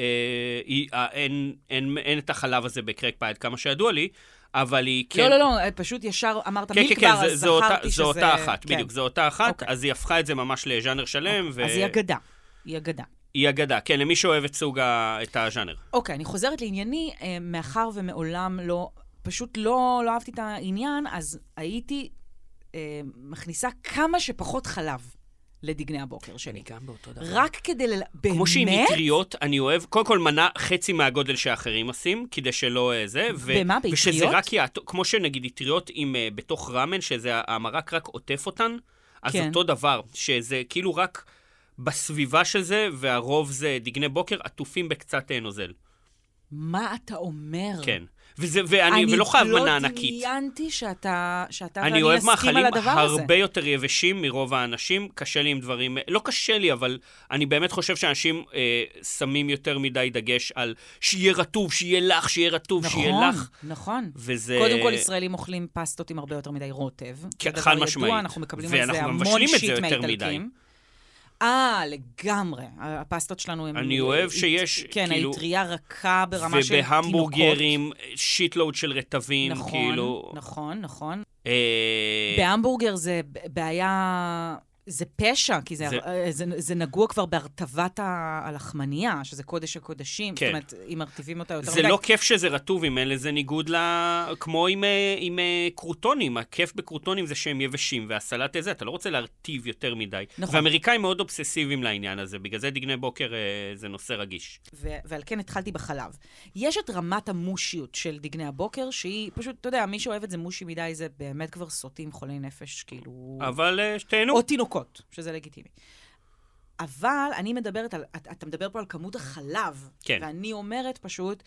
אין את החלב הזה בקרק פאי, עד כמה שידוע לי. אבל היא כן... לא, פשוט ישר אמרת מילק בר, אז זכרתי שזה... זו אותה אחת, בדיוק, זו אותה אחת, אז היא הפכה את זה ממש לז'אנר שלם. אז היא אגדה. היא אגדה, כן, למי שאוהב את הז'אנר. אוקיי, אני חוזרת לענייני, מאחר ומעולם לא, פשוט לא אהבתי את העניין, אז הייתי מכניסה כמה שפחות חלב. לדגני הבוקר שלי. אני גם באותו דבר. רק כדי באמת? כמו שעם מטריות, אני אוהב, קודם כל מנה חצי מהגודל שאחרים עושים, כדי שלא זה. במה? באטריות? ושזה רק כמו שנגיד אטריות בתוך רמן, שזה המרק רק עוטף אותן, אז כן. אותו דבר, שזה כאילו רק בסביבה של זה, והרוב זה דגני בוקר, עטופים בקצת נוזל. מה אתה אומר? כן. ולא חייב מנה ענקית. אני לא דמיינתי שאתה אני אוהב מאכלים הרבה יותר יבשים מרוב האנשים, קשה לי עם דברים, לא קשה לי, אבל אני באמת חושב שאנשים שמים יותר מדי דגש על שיהיה רטוב, שיהיה לך, שיהיה רטוב, שיהיה לך. נכון. קודם כל ישראלים אוכלים פסטות עם הרבה יותר מדי רוטב. חד משמעית. אנחנו מקבלים על זה המון שיט מהאיטלקים. לגמרי. הפסטות שלנו הם... אני אוהב שיש, כן, האטריה רכה ברמה של תינוקות. ובהמבורגרים, שיטלוד של רטבים, כאילו... נכון. בהמבורגר זה בעיה... זה פשע, כי זה נגוע כבר בהרטבת הלחמניה, שזה קודש הקודשים. כן. זאת אומרת, אם מרטיבים אותה יותר זה לא כיף שזה רטוב, אם אין לזה ניגוד כמו עם קרוטונים. הכיף בקרוטונים זה שהם יבשים, והסלט הזה, אתה לא רוצה להרטיב יותר מדי. נכון. ואמריקאים מאוד אובססיביים לעניין הזה, בגלל זה דגני בוקר זה נושא רגיש. ועל כן התחלתי בחלב. יש את רמת המושיות של דגני הבוקר, שהיא פשוט, אתה יודע, מי שאוהב את זה מושי מדי, זה באמת כבר סוטים חולי נפש, כאילו... אבל שתינו. או תינוקות. שזה לגיטימי. אבל אני מדברת על, אתה מדבר פה על כמות החלב, כן. ואני אומרת פשוט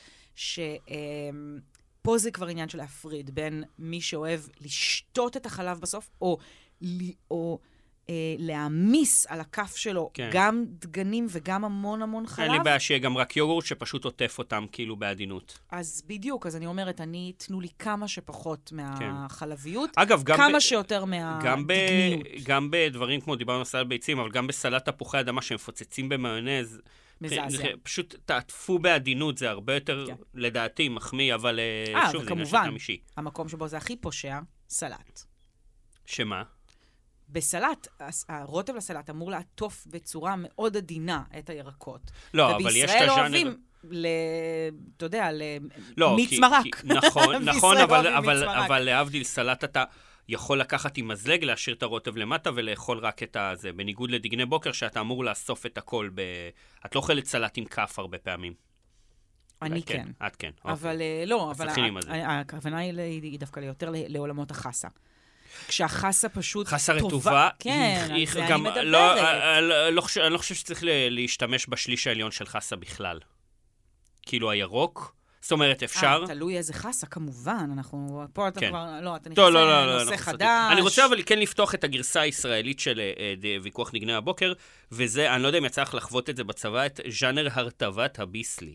שפה זה כבר עניין של להפריד בין מי שאוהב לשתות את החלב בסוף, או להעמיס על הכף שלו גם דגנים וגם המון המון חלב. אין לי בעיה שיהיה גם רק יוגורט שפשוט עוטף אותם כאילו בעדינות. אז בדיוק, אז אני אומרת, תנו לי כמה שפחות מהחלביות, אגב, כמה שיותר מהדגניות. גם בדברים כמו דיברנו על סלט ביצים, אבל גם בסלט תפוחי אדמה שמפוצצים במיונז, פשוט תעטפו בעדינות, זה הרבה יותר, לדעתי, מחמיא, אבל שוב, זה נשק חמישי. המקום שבו זה הכי פושע, סלט. שמה? בסלט, הרוטב לסלט אמור לעטוף בצורה מאוד עדינה את הירקות. לא, אבל יש את הז'אנר... ובישראל אוהבים אתה יודע, למיץ מרק. נכון, אבל להבדיל סלט אתה יכול לקחת עם מזלג, להשאיר את הרוטב למטה ולאכול רק את זה. בניגוד לדגני בוקר שאתה אמור לאסוף את הכל את לא אוכלת סלט עם כף הרבה פעמים. אני כן. את כן. אבל לא, אבל הכוונה היא דווקא יותר לעולמות החסה. כשהחסה פשוט טובה. חסה רטובה, כן, אני מדברת. אני לא חושב שצריך להשתמש בשליש העליון של חסה בכלל. כאילו הירוק, זאת אומרת, אפשר... תלוי איזה חסה, כמובן. אנחנו... פה אתה כבר... לא, אתה נכנס לנושא חדש. אני רוצה אבל כן לפתוח את הגרסה הישראלית של ויכוח דגני הבוקר, וזה, אני לא יודע אם יצא לך לחוות את זה בצבא, את ז'אנר הרטבת הביסלי.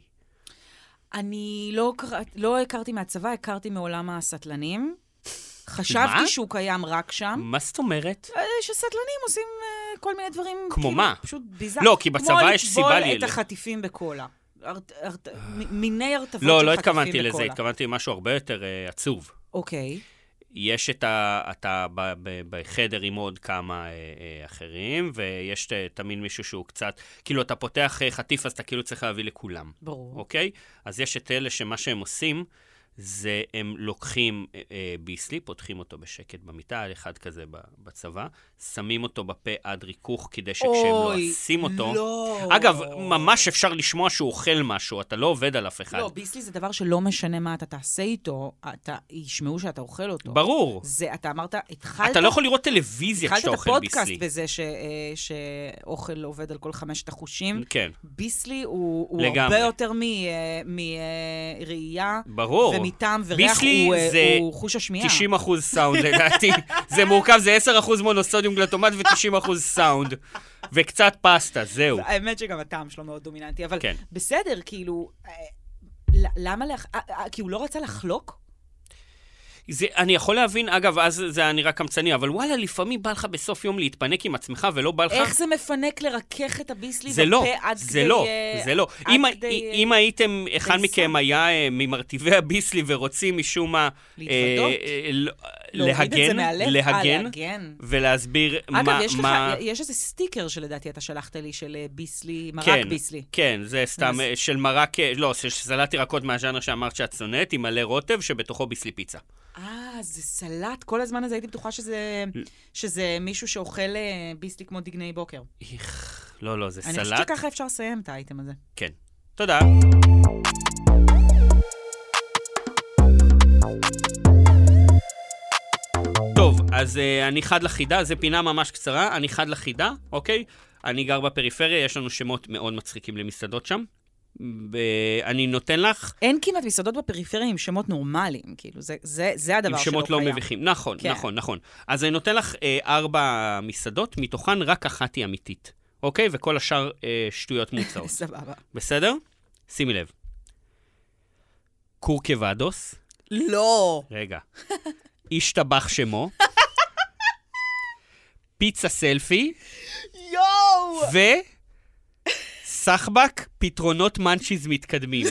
אני לא הכרתי מהצבא, הכרתי מעולם הסטלנים. חשבתי שהוא קיים רק שם. מה זאת אומרת? שסטלנים עושים כל מיני דברים... כמו מה? פשוט ביזה. לא, כי בצבא יש סיבה כמו לטבול את החטיפים בקולה. מיני הרטבות של חטיפים בקולה. לא התכוונתי לזה, התכוונתי משהו הרבה יותר עצוב. אוקיי. יש אתה בחדר עם עוד כמה אחרים, ויש תמיד מישהו שהוא קצת, כאילו אתה פותח חטיף, אז אתה כאילו צריך להביא לכולם. ברור. אוקיי? אז יש את אלה שמה שהם עושים, זה הם לוקחים ביסלי, פותחים אותו בשקט במיטה, אחד כזה בצבא, שמים אותו בפה עד ריכוך, כדי שכשהם לא עושים אותו... לא. אגב, ממש אפשר לשמוע שהוא אוכל משהו, אתה לא עובד על אף אחד. לא, ביסלי זה דבר שלא משנה מה אתה תעשה איתו, ישמעו שאתה אוכל אותו. ברור. זה, אתה אמרת, התחלת... אתה לא יכול לראות טלוויזיה כשאתה אוכל ביסלי. התחלת את הפודקאסט בזה שאוכל עובד על כל 5 החושים. כן. ביסלי הוא הרבה יותר מראייה. ברור. ומטעם וריח הוא חוש השמיעה. 90% סאונד לדעתי. זה מורכב, זה 10% מונוסודיום גלוטומט ו-90% סאונד. וקצת פסטה, זהו. האמת שגם הטעם שלו מאוד דומיננטי, אבל בסדר, כאילו, למה כי הוא לא רצה לחלוק? אני יכול להבין, אגב, אז זה היה נראה קמצני, אבל וואלה, לפעמים בא לך בסוף יום להתפנק עם עצמך, ולא בא לך... איך זה מפנק לרכך את הביסלי בפה עד כדי... זה לא. אם הייתם, אחד מכם היה ממרטיבי הביסלי ורוצים משום מה... להגן, ולהסביר מה... אגב, יש איזה סטיקר שלדעתי אתה שלחת לי של ביסלי, מרק ביסלי. כן, זה סתם של מרק, לא, של סלט ירקות מהז'אנר שאמרת שאת שונאת, עם מלא רוטב שבתוכו ביסלי פיצה. זה סלט. כל הזמן הזה הייתי בטוחה שזה מישהו שאוכל ביסלי כמו דגני בוקר. לא, זה סלט. אני חושבת שככה אפשר לסיים את האייטם הזה. כן. תודה. טוב, אז אני חד לחידה, זו פינה ממש קצרה, אני חד לחידה, אוקיי? אני גר בפריפריה, יש לנו שמות מאוד מצחיקים למסעדות שם. אני נותן לך... אין כמעט מסעדות בפריפריה עם שמות נורמליים, כאילו, זה הדבר שלא קיים. עם שמות לא מביכים, נכון. אז אני נותן לך 4 מסעדות, מתוכן רק אחת היא אמיתית, אוקיי? וכל השאר שטויות מוצאות. סבבה. בסדר? שימי לב. קורקוואדוס. לא. רגע. איש טבח שמו. פיצה סלפי. יואו! סחבק, פתרונות מנצ'יז מתקדמים.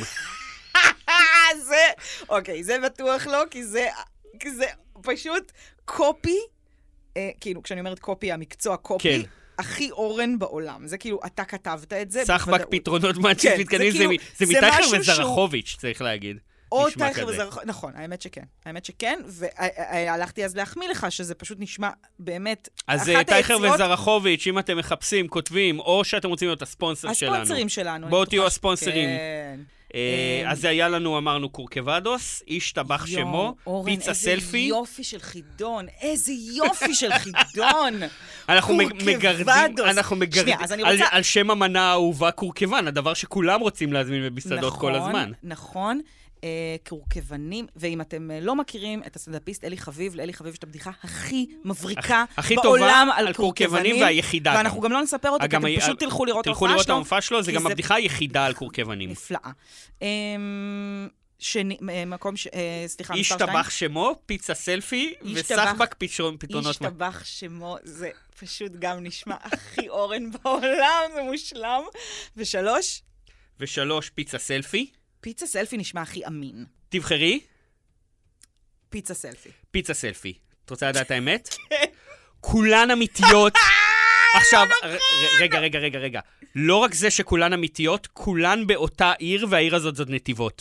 אוקיי, זה בטוח לא, כי זה פשוט קופי, כאילו, כשאני אומרת קופי, המקצוע קופי, הכי אורן בעולם. זה כאילו, אתה כתבת את זה. סחבק, פתרונות מנצ'יז מתקדמים, זה מטייכר וזרחוביץ', צריך להגיד. או טייכר וזרחוביץ', נכון, האמת שכן, והלכתי אז להחמיא לך, שזה פשוט נשמע באמת... אז טייכר וזרחוביץ', אם אתם מחפשים, כותבים, או שאתם רוצים להיות הספונסר שלנו. הספונסרים שלנו. בואו תהיו הספונסרים. אז זה היה לנו, אמרנו, קורקוואדוס, איש טבח שמו, פיצה סלפי. איזה יופי של חידון, אנחנו מגרדים על שם המנה האהובה קורקוון, הדבר שכולם רוצים להזמין במסעדות כל הזמן. נכון. קורקבנים, ואם אתם לא מכירים את הסטנדאפיסט אלי חביב, לאלי חביב יש את הבדיחה הכי מבריקה הכי בעולם טובה על קורקבנים והיחידה גם. ואנחנו גם לא נספר אותה, כי אתם פשוט תלכו לראות את ההופעה שלו, זה גם הבדיחה היחידה על קורקבנים. נפלאה. מקום, סליחה, איש טבח שמו, פיצה סלפי, וסחבק פתרונות. איש טבח שמו, זה פשוט גם נשמע הכי אורן בעולם, זה מושלם. ושלוש, פיצה סלפי. פיצה סלפי נשמע הכי אמין. תבחרי. פיצה סלפי. פיצה סלפי. את רוצה לדעת האמת? כן. כולן אמיתיות. עכשיו, רגע. לא רק זה שכולן אמיתיות, כולן באותה עיר, והעיר הזאת זאת נתיבות.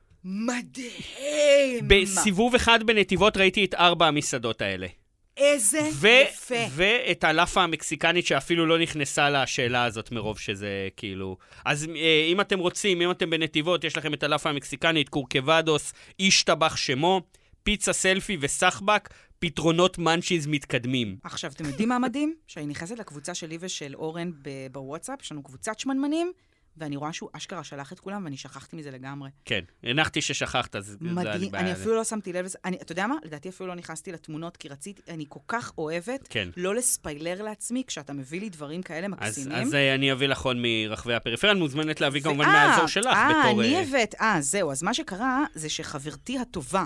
מדהים! בסיבוב אחד בנתיבות ראיתי את 4 המסעדות האלה. איזה יפה. ואת הלאפה המקסיקנית שאפילו לא נכנסה לשאלה הזאת מרוב שזה כאילו... אז אם אתם רוצים, אם אתם בנתיבות, יש לכם את הלאפה המקסיקנית, קורקבדוס, איש טבח שמו, פיצה סלפי וסחבק, פתרונות מנצ'יז מתקדמים. עכשיו, אתם יודעים מה מדהים? שאני נכנסת לקבוצה שלי ושל אורן בוואטסאפ, יש לנו קבוצת שמנמנים, ואני רואה שהוא אשכרה שלח את כולם, ואני שכחתי מזה לגמרי. כן, הנחתי ששכחת, אז... מדהים, אני אפילו לא שמתי לב לזה. אתה יודע מה? לדעתי אפילו לא נכנסתי לתמונות, כי רציתי, אני כל כך אוהבת לא לספיילר לעצמי, כשאתה מביא לי דברים כאלה מקסימים. אז אני אביא לך עוד מרחבי הפריפריה, אני מוזמנת להביא כמובן מהאזור שלך בתור... אני הבאת, זהו, אז מה שקרה זה שחברתי הטובה,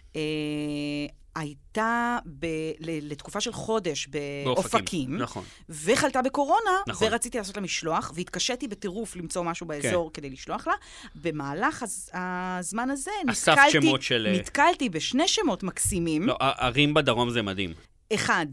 הייתה לתקופה של חודש באופקים, נכון. וחלתה בקורונה, נכון. ורציתי לעשות לה משלוח, והתקשיתי בטירוף למצוא משהו באזור כדי לשלוח לה. במהלך הזמן הזה נתקלתי בשני שמות מקסימים. לא, ערים בדרום זה מדהים. אחד,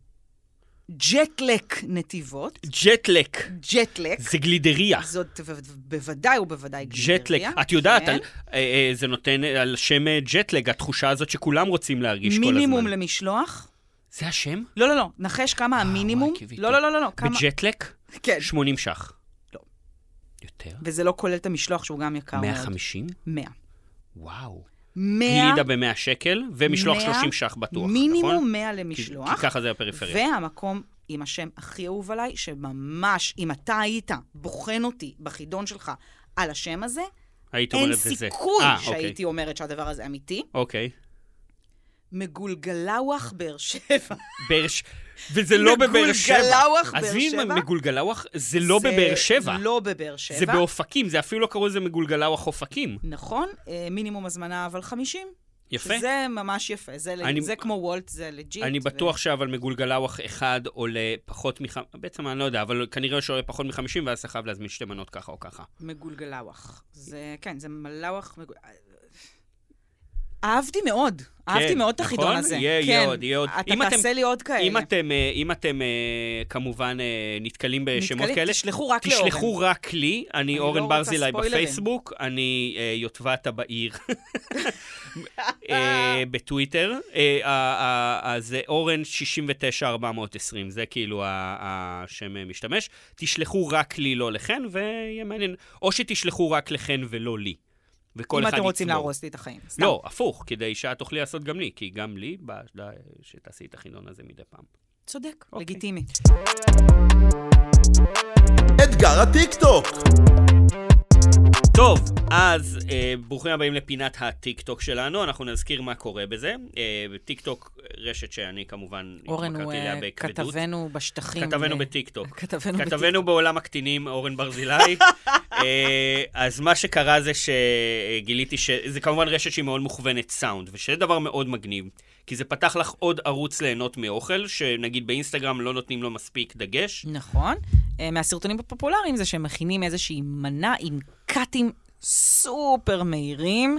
ג'טלק נתיבות. ג'טלק. ג'טלק. זה גלידריה. זאת בוודאי ובוודאי גלידריה. ג'טלק. את יודעת, זה נותן על שם ג'טלג, התחושה הזאת שכולם רוצים להרגיש כל הזמן. מינימום למשלוח. זה השם? לא. נחש כמה המינימום. לא. בג'טלק? כן. 80 שח. לא. יותר? וזה לא כולל את המשלוח שהוא גם יקר מאוד. 150? 100. וואו. 100. גלידה ב100 שקל, ומשלוח 30 שח בטוח, נכון? מינימום 100 למשלוח. כי ככה זה הפריפריה. והמקום עם השם הכי אהוב עליי, שממש, אם אתה היית בוחן אותי בחידון שלך על השם הזה, אין סיכוי שהייתי אומרת שהדבר הזה אמיתי. אוקיי. מגולגלאווח באר שבע. וזה לא בבאר שבע. מגולגלאווח באר שבע. עזבי מגולגלאוח, זה לא בבאר שבע. זה לא בבאר שבע. זה באופקים, זה אפילו לא קראו לזה מגולגלאוח אופקים. נכון, מינימום הזמנה אבל 50. יפה. זה ממש יפה, זה כמו וולט, זה לג'יט. אני בטוח שאבל מגולגלאוח אחד עולה פחות בעצם אני לא יודע, אבל כנראה שעולה פחות מ-50, ואז אתה חייב להזמין 2 מנות ככה או ככה. מגולגלאוח. כן, זה מלאוח אהבתי מאוד את החידון הזה. יהיה עוד. אתה תעשה לי עוד כאלה. אם אתם כמובן נתקלים בשמות כאלה, תשלחו רק לי. אני אורן ברזילי בפייסבוק, אני יוטבתה בעיר בטוויטר. זה אורן 69420, זה כאילו השם משתמש. תשלחו רק לי, לא לכן, ויהיה מעניין. או שתשלחו רק לכן ולא לי. אם אתם רוצים להרוס לי את החיים. לא, הפוך, כדי שאת תוכלי לעשות גם לי, כי גם לי, שתעשי את החידון הזה מדי פעם. צודק, לגיטימי. אתגר הטיקטוק. טוב, אז ברוכים הבאים לפינת הטיקטוק שלנו, אנחנו נזכיר מה קורה בזה. טיקטוק רשת שאני כמובן אורן הוא כתבנו בשטחים. כתבנו בטיקטוק. כתבנו בעולם הקטינים, אורן ברזילי. אז מה שקרה זה שגיליתי שזה כמובן רשת שהיא מאוד מוכוונת סאונד, ושזה דבר מאוד מגניב, כי זה פתח לך עוד ערוץ ליהנות מאוכל, שנגיד באינסטגרם לא נותנים לו מספיק דגש. נכון. מהסרטונים הפופולריים זה שהם מכינים איזושהי מנה עם קאטים סופר מהירים.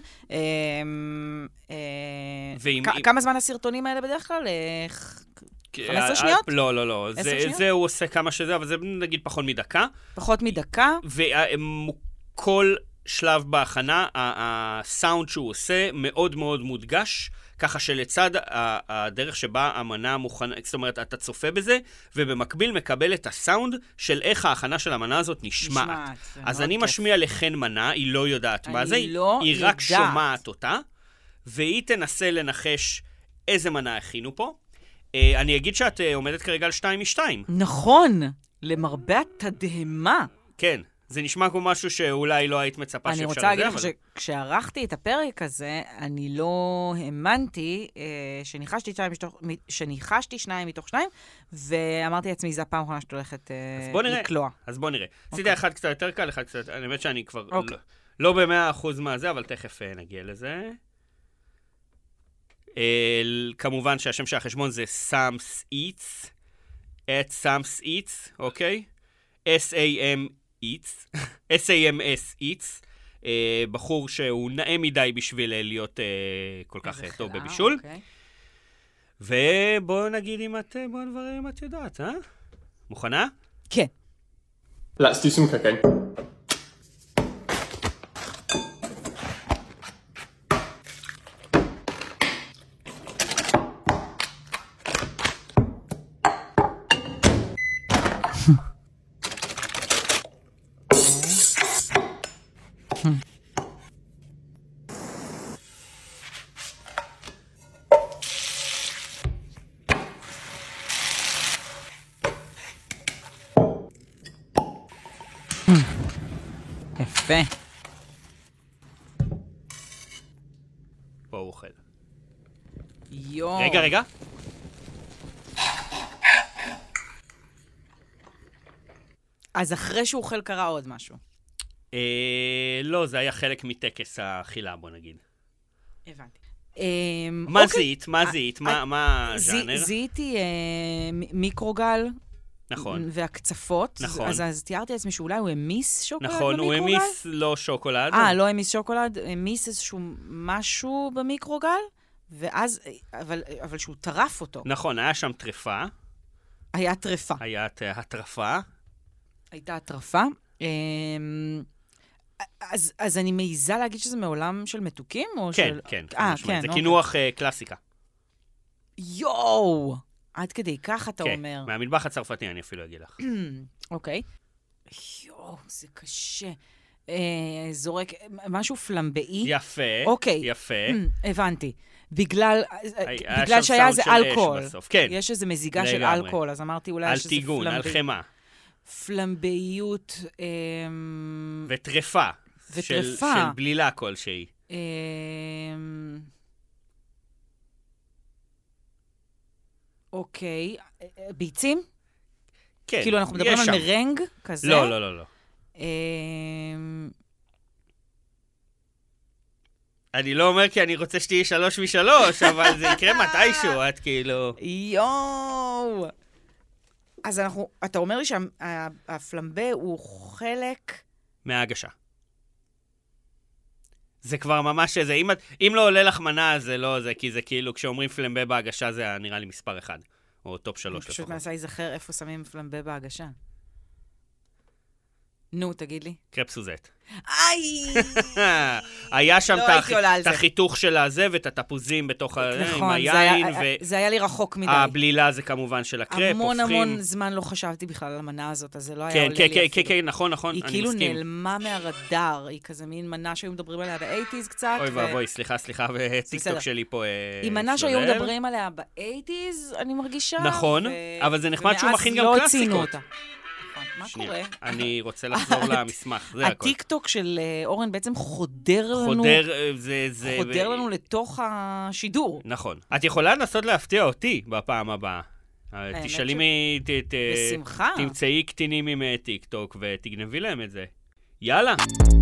כמה זמן הסרטונים האלה בדרך כלל? 15 שניות? לא. זה הוא עושה כמה שזה, אבל זה נגיד פחות מדקה. פחות מדקה. וכל שלב בהכנה, הסאונד שהוא עושה מאוד מאוד מודגש, ככה שלצד הדרך שבה המנה מוכנה, זאת אומרת, אתה צופה בזה, ובמקביל מקבל את הסאונד של איך ההכנה של המנה הזאת נשמעת. אז אני משמיע לכן מנה, היא לא יודעת מה זה, היא רק שומעת אותה, והיא תנסה לנחש איזה מנה הכינו פה. אני אגיד שאת עומדת כרגע על 2 מ-2. נכון, למרבה התדהמה. כן. זה נשמע כמו משהו שאולי לא היית מצפה שאפשר אני רוצה להגיד לך שכשערכתי את הפרק הזה, אני לא האמנתי שניחשתי 2 מתוך 2, ואמרתי לעצמי, זה הפעם האחרונה שאת הולכת לקלוע. אז בוא נראה. עשיתי אחד קצת יותר קל, אחד קצת, אני באמת שאני כבר לא ב100% מהזה, אבל תכף נגיע לזה. כמובן שהשם של החשבון זה Sam's Eats, at Sam's Eats, אוקיי? S-A-M-S Eats, בחור שהוא נאה מדי בשביל להיות כל כך טוב בבישול. ובואו נגיד אם את, בואו נברר אם את יודעת, אה? מוכנה? כן. Let's do some cooking. יפה. פה הוא אוכל. יואו. רגע. אז אחרי שהוא אוכל קרה עוד משהו. לא, זה היה חלק מטקס האכילה, בוא נגיד. הבנתי. מה זיהית? מה הז'אנר? זיהיתי מיקרוגל. נכון. והקצפות. נכון. אז תיארתי לעצמי שאולי הוא המיס שוקולד נכון, במיקרוגל? הוא המיס לא שוקולד. לא המיס שוקולד, המיס איזשהו משהו במיקרוגל, ואז, אבל שהוא טרף אותו. נכון, היה שם טרפה. היה טרפה. הייתה הטרפה. הייתה הטרפה. אז אני מעיזה להגיד שזה מעולם של מתוקים? כן. זה כינוח קלאסיקה. יואו! עד כדי כך אתה אומר. כן, מהמטבח הצרפתי אני אפילו אגיד לך. אוקיי. יואו, זה קשה. זורק, משהו פלמבאי. יפה, יפה. הבנתי. בגלל שהיה איזה אלכוהול. כן. יש איזה מזיגה של אלכוהול, אז אמרתי אולי שזה פלמבאי. על טיגון, על חמה. פלמבאיות. וטרפה. וטרפה. של בלילה כלשהי. אוקיי. ביצים? כן. כאילו אנחנו מדברים על מרנג כזה? לא. אני לא אומר כי אני רוצה שתהיי 3 מ-3, אבל זה יקרה מתישהו, את כאילו... יואו! אז אתה אומר לי שהפלמבה הוא חלק... מההגשה. זה כבר ממש שזה, אם לא עולה לך מנה, זה לא זה, כי זה כאילו, כשאומרים פלמבה בהגשה, זה נראה לי מספר 1, או טופ 3 לפחות. אני פשוט מנסה להיזכר איפה שמים פלמבה בהגשה. נו, תגיד לי. קרפ סוזט. איי! היה שם את החיתוך של הזה, ואת התפוזים בתוך עם היין, זה היה לי רחוק מדי. הבלילה זה כמובן של הקרפ, המון זמן לא חשבתי בכלל על המנה הזאת, אז זה לא היה עולה לי אפילו. כן, נכון, היא כאילו נעלמה מהרדאר, היא כזה מין מנה שהיו מדברים עליה ב-80s קצת. אוי ואבוי, סליחה, וטיקטוק שלי פה... היא מנה שהיו מדברים עליה ב-80s, אני מרגישה. נכון, אבל זה נחמד שהוא מכין גם קלאסיקות. מה קורה? אני רוצה לחזור למסמך, זה הכל. הטיקטוק של אורן בעצם חודר לנו לתוך השידור. נכון. את יכולה לנסות להפתיע אותי בפעם הבאה. תשאלי בשמחה. תמצאי קטינים עם טיקטוק ותגנבי להם את זה. יאללה.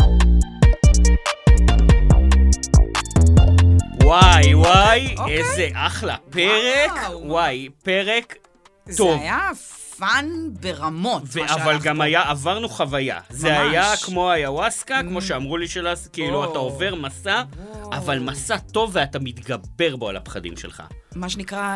וואי, איזה אחלה פרק. וואי, פרק טוב. זה היה פאן ברמות. אבל גם עברנו חוויה. זה היה כמו היוואסקה, כמו שאמרו לי כאילו אתה עובר מסע, אבל מסע טוב ואתה מתגבר בו על הפחדים שלך. מה שנקרא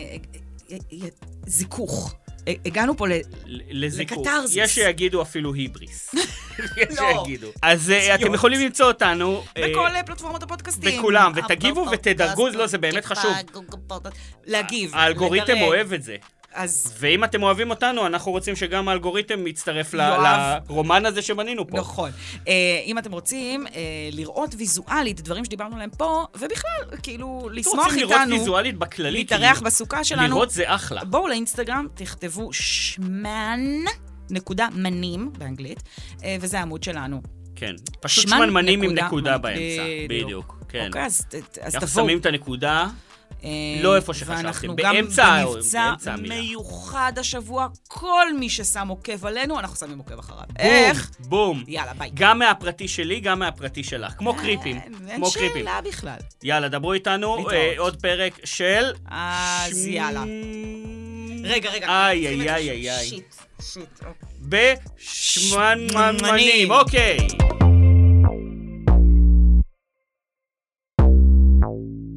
זיכוך. הגענו פה לקטרזיס. יש שיגידו אפילו היבריס. יש שיגידו. אז אתם יכולים למצוא אותנו בכל פלטפורמות הפודקאסטים. בכולם, ותגיבו ותדרגו, לא, זה באמת חשוב. להגיב. האלגוריתם אוהב את זה. ואם אתם אוהבים אותנו, אנחנו רוצים שגם האלגוריתם יצטרף לרומן הזה שבנינו פה. נכון. אם אתם רוצים לראות ויזואלית דברים שדיברנו עליהם פה, ובכלל, כאילו, לשמוח איתנו. רוצים לראות ויזואלית בכללי. להתארח בסוכה שלנו. לראות זה אחלה. בואו לאינסטגרם, תכתבו שמן שמנים באנגלית, וזה העמוד שלנו. כן, פשוט שמנמנים עם נקודה באמצע, בדיוק. אוקיי, אז תבואו. אנחנו שמים את הנקודה, לא איפה שחשבתם, באמצע ואנחנו גם במבצע מיוחד השבוע, כל מי ששם עוקב עלינו, אנחנו שמים עוקב אחריו. איך? בום. יאללה, ביי. גם מהפרטי שלי, גם מהפרטי שלך. כמו קריפים. אין שאלה בכלל. יאללה, דברו איתנו, עוד פרק של... אז יאללה. רגע. איי. שיט. בשמנמנים, אוקיי.